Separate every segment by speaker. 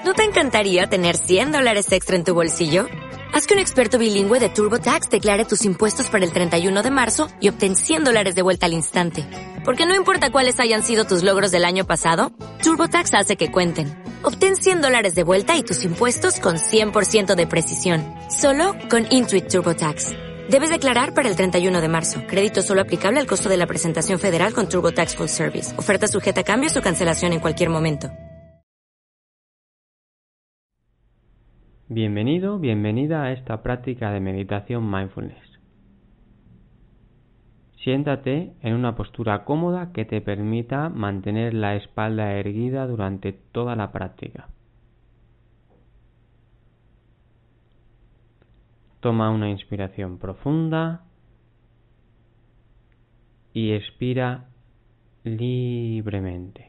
Speaker 1: ¿No te encantaría tener $100 extra en tu bolsillo? Haz que un experto bilingüe de TurboTax declare tus impuestos para el 31 de marzo y obtén $100 de vuelta al instante. Porque no importa cuáles hayan sido tus logros del año pasado, TurboTax hace que cuenten. Obtén $100 de vuelta y tus impuestos con 100% de precisión. Solo con Intuit TurboTax. Debes declarar para el 31 de marzo. Crédito solo aplicable al costo de la presentación federal con TurboTax Full Service. Oferta sujeta a cambios o cancelación en cualquier momento.
Speaker 2: Bienvenido, bienvenida a esta práctica de meditación mindfulness. Siéntate en una postura cómoda que te permita mantener la espalda erguida durante toda la práctica. Toma una inspiración profunda y expira libremente.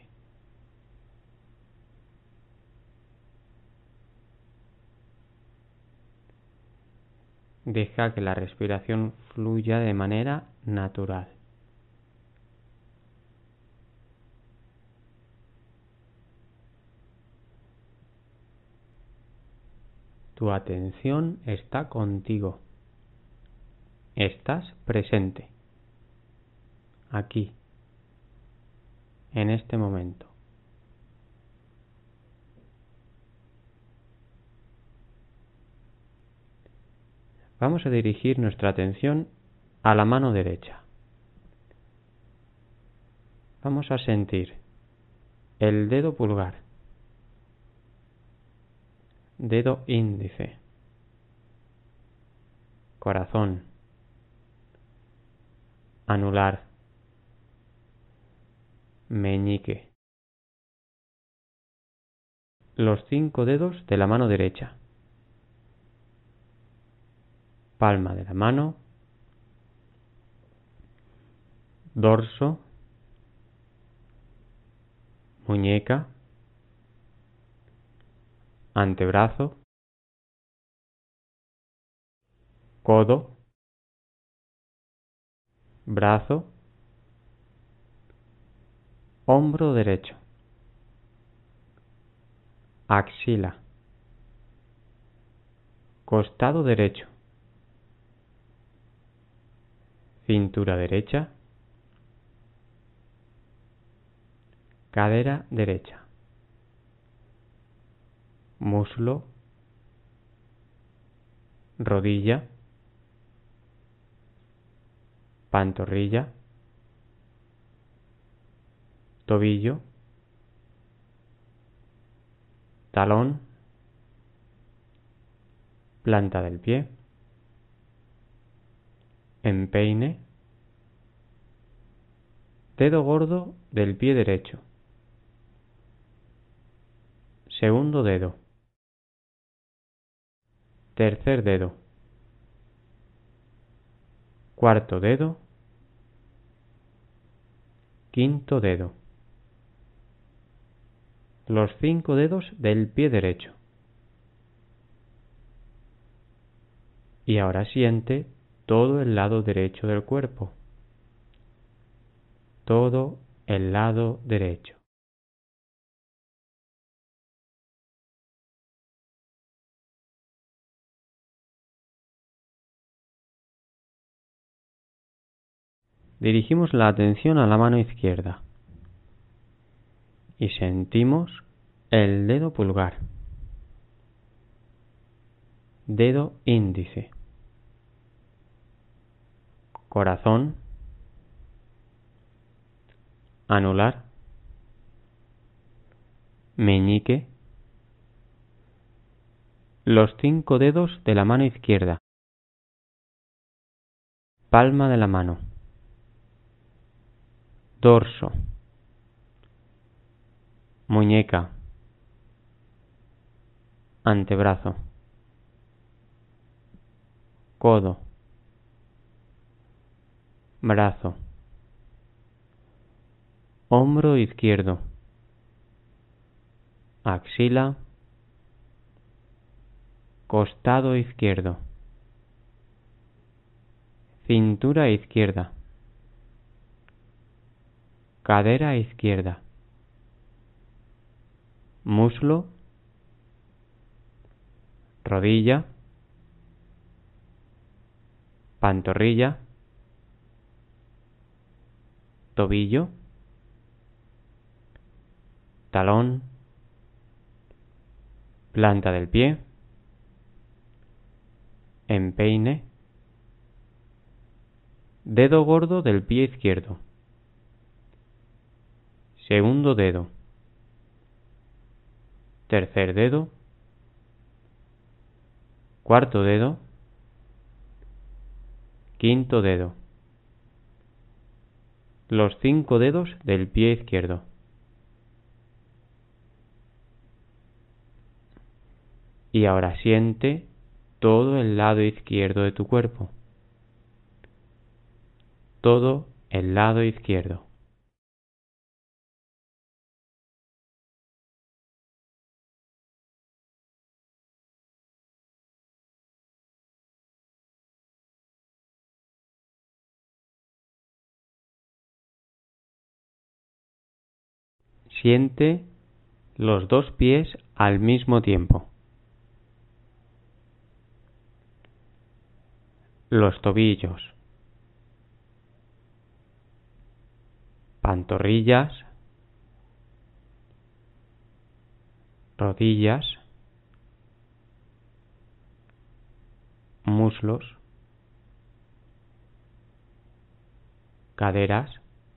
Speaker 2: Deja que la respiración fluya de manera natural. Tu atención está contigo. Estás presente. Aquí. En este momento. Vamos a dirigir nuestra atención a la mano derecha. Vamos a sentir el dedo pulgar, dedo índice, corazón, anular, meñique, los 5 dedos de la mano derecha, palma de la mano, dorso, muñeca, antebrazo, codo, brazo, hombro derecho, axila, costado derecho, cintura derecha, cadera derecha, muslo, rodilla, pantorrilla, tobillo, talón, planta del pie, empeine, dedo gordo del pie derecho, segundo dedo, tercer dedo, cuarto dedo, quinto dedo, los 5 dedos del pie derecho. Y ahora siente todo el lado derecho del cuerpo, todo el lado derecho. Dirigimos la atención a la mano izquierda y sentimos el dedo pulgar, dedo índice, corazón, anular, meñique, los 5 dedos de la mano izquierda, palma de la mano, dorso, muñeca, antebrazo, codo, brazo, hombro izquierdo, axila, costado izquierdo, cintura izquierda, cadera izquierda, muslo, rodilla, pantorrilla, tobillo, talón, planta del pie, empeine, dedo gordo del pie izquierdo, segundo dedo, tercer dedo, cuarto dedo, quinto dedo, los 5 dedos del pie izquierdo. Y ahora siente todo el lado izquierdo de tu cuerpo. Todo el lado izquierdo. Siente los 2 pies al mismo tiempo. Los tobillos, pantorrillas, rodillas, muslos, caderas,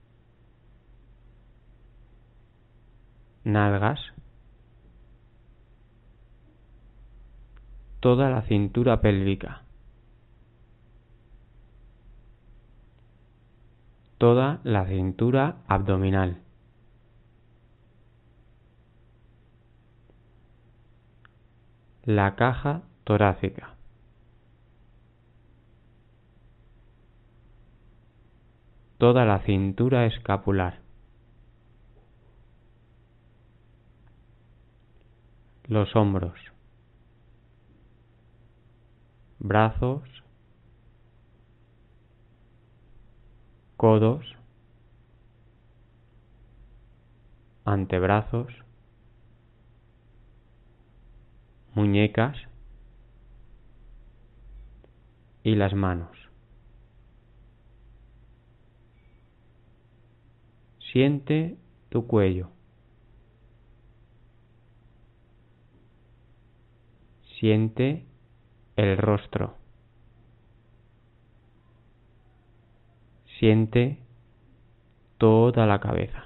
Speaker 2: nalgas, toda la cintura pélvica, toda la cintura abdominal, la caja torácica, toda la cintura escapular, los hombros, brazos, codos, antebrazos, muñecas y las manos. Siente tu cuello. Siente el rostro. Siente toda la cabeza.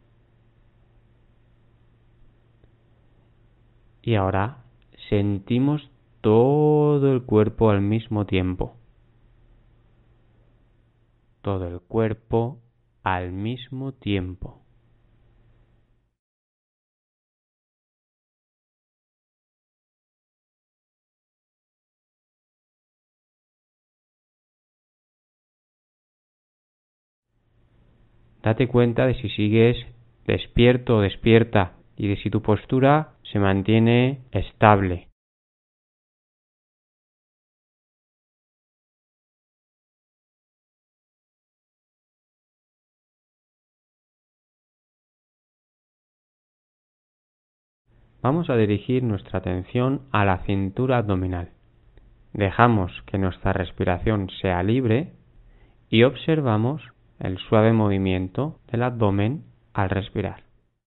Speaker 2: Y ahora sentimos todo el cuerpo al mismo tiempo. Todo el cuerpo al mismo tiempo. Date cuenta de si sigues despierto o despierta y de si tu postura se mantiene estable. Vamos a dirigir nuestra atención a la cintura abdominal. Dejamos que nuestra respiración sea libre y observamos el suave movimiento del abdomen al respirar.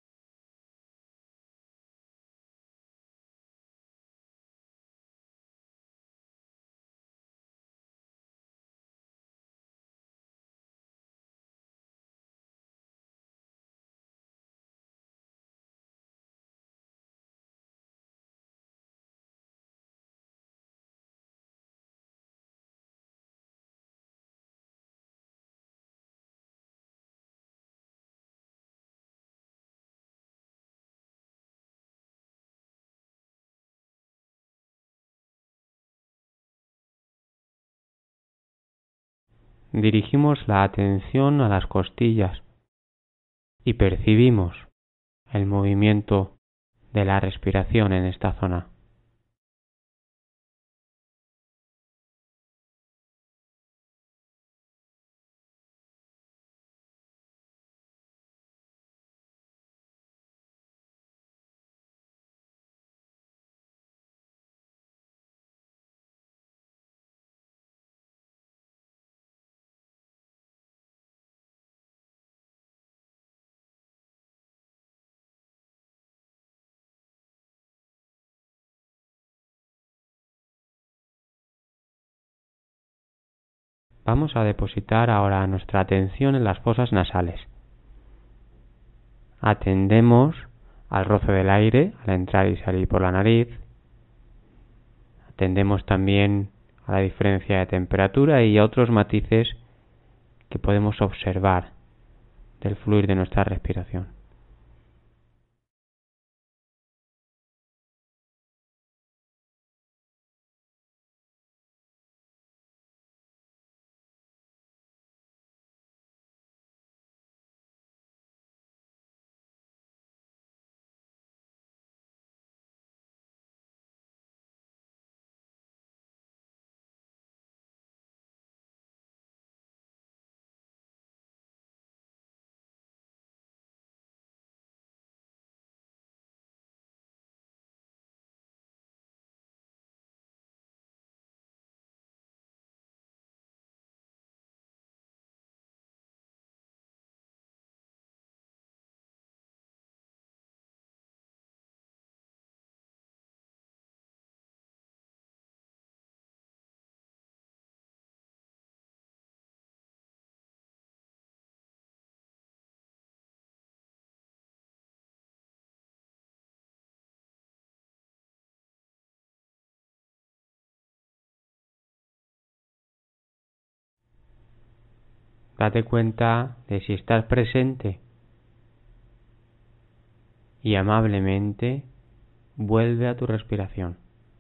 Speaker 2: Dirigimos la atención a las costillas y percibimos el movimiento de la respiración en esta zona. Vamos a depositar ahora nuestra atención en las fosas nasales. Atendemos al roce del aire al entrar y salir por la nariz. Atendemos también a la diferencia de temperatura y a otros matices que podemos observar del fluir de nuestra respiración. Date cuenta de si estás presente y amablemente vuelve a tu respiración.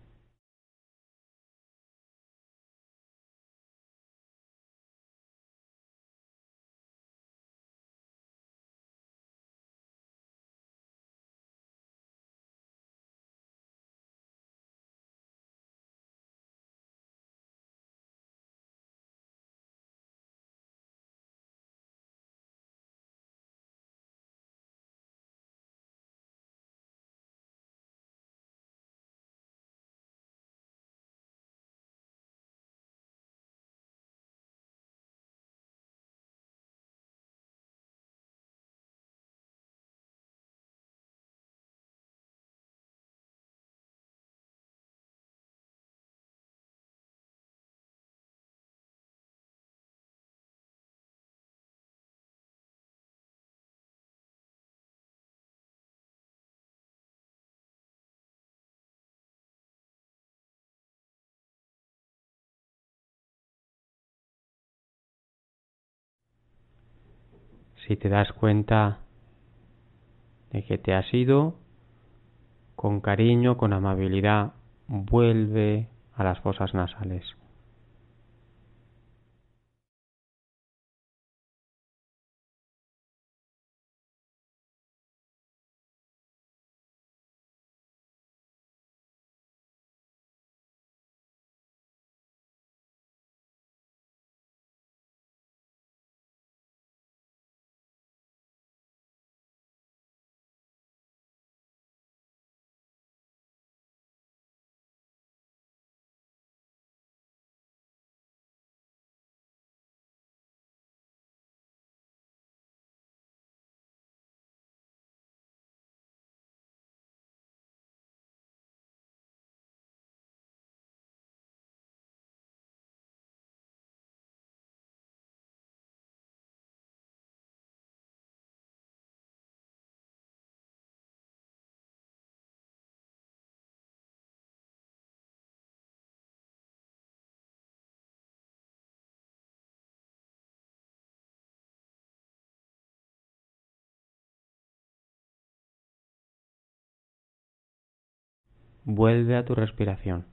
Speaker 2: Si te das cuenta de que te has ido, con cariño, con amabilidad, vuelve a las fosas nasales. Vuelve a tu respiración.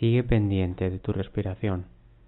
Speaker 2: Sigue pendiente de tu respiración.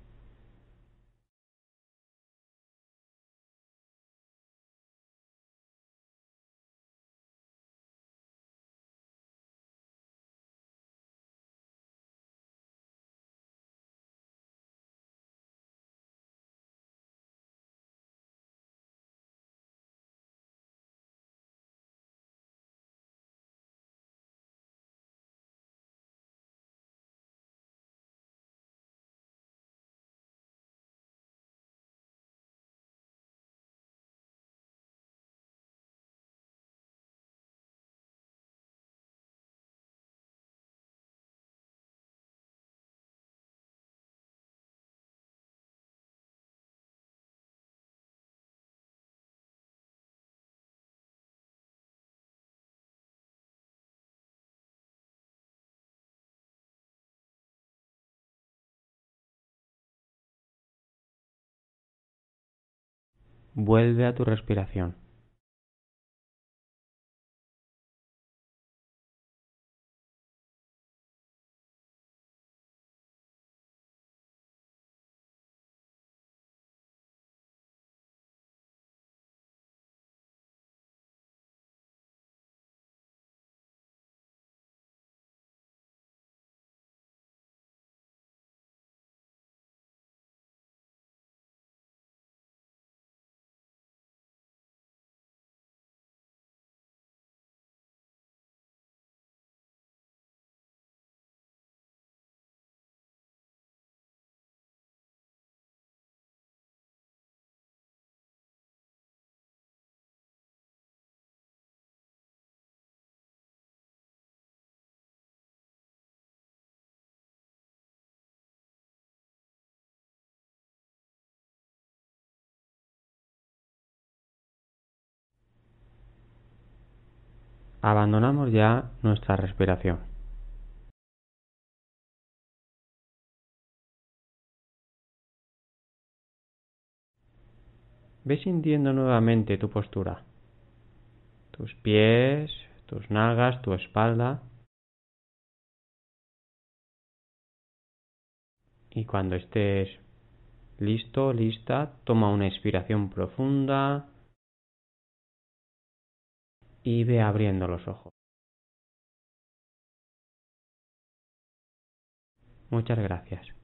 Speaker 2: Vuelve a tu respiración. Abandonamos ya nuestra respiración. Ve sintiendo nuevamente tu postura, tus pies, tus nalgas, tu espalda. Y cuando estés listo, lista, toma una inspiración profunda y ve abriendo los ojos. Muchas gracias.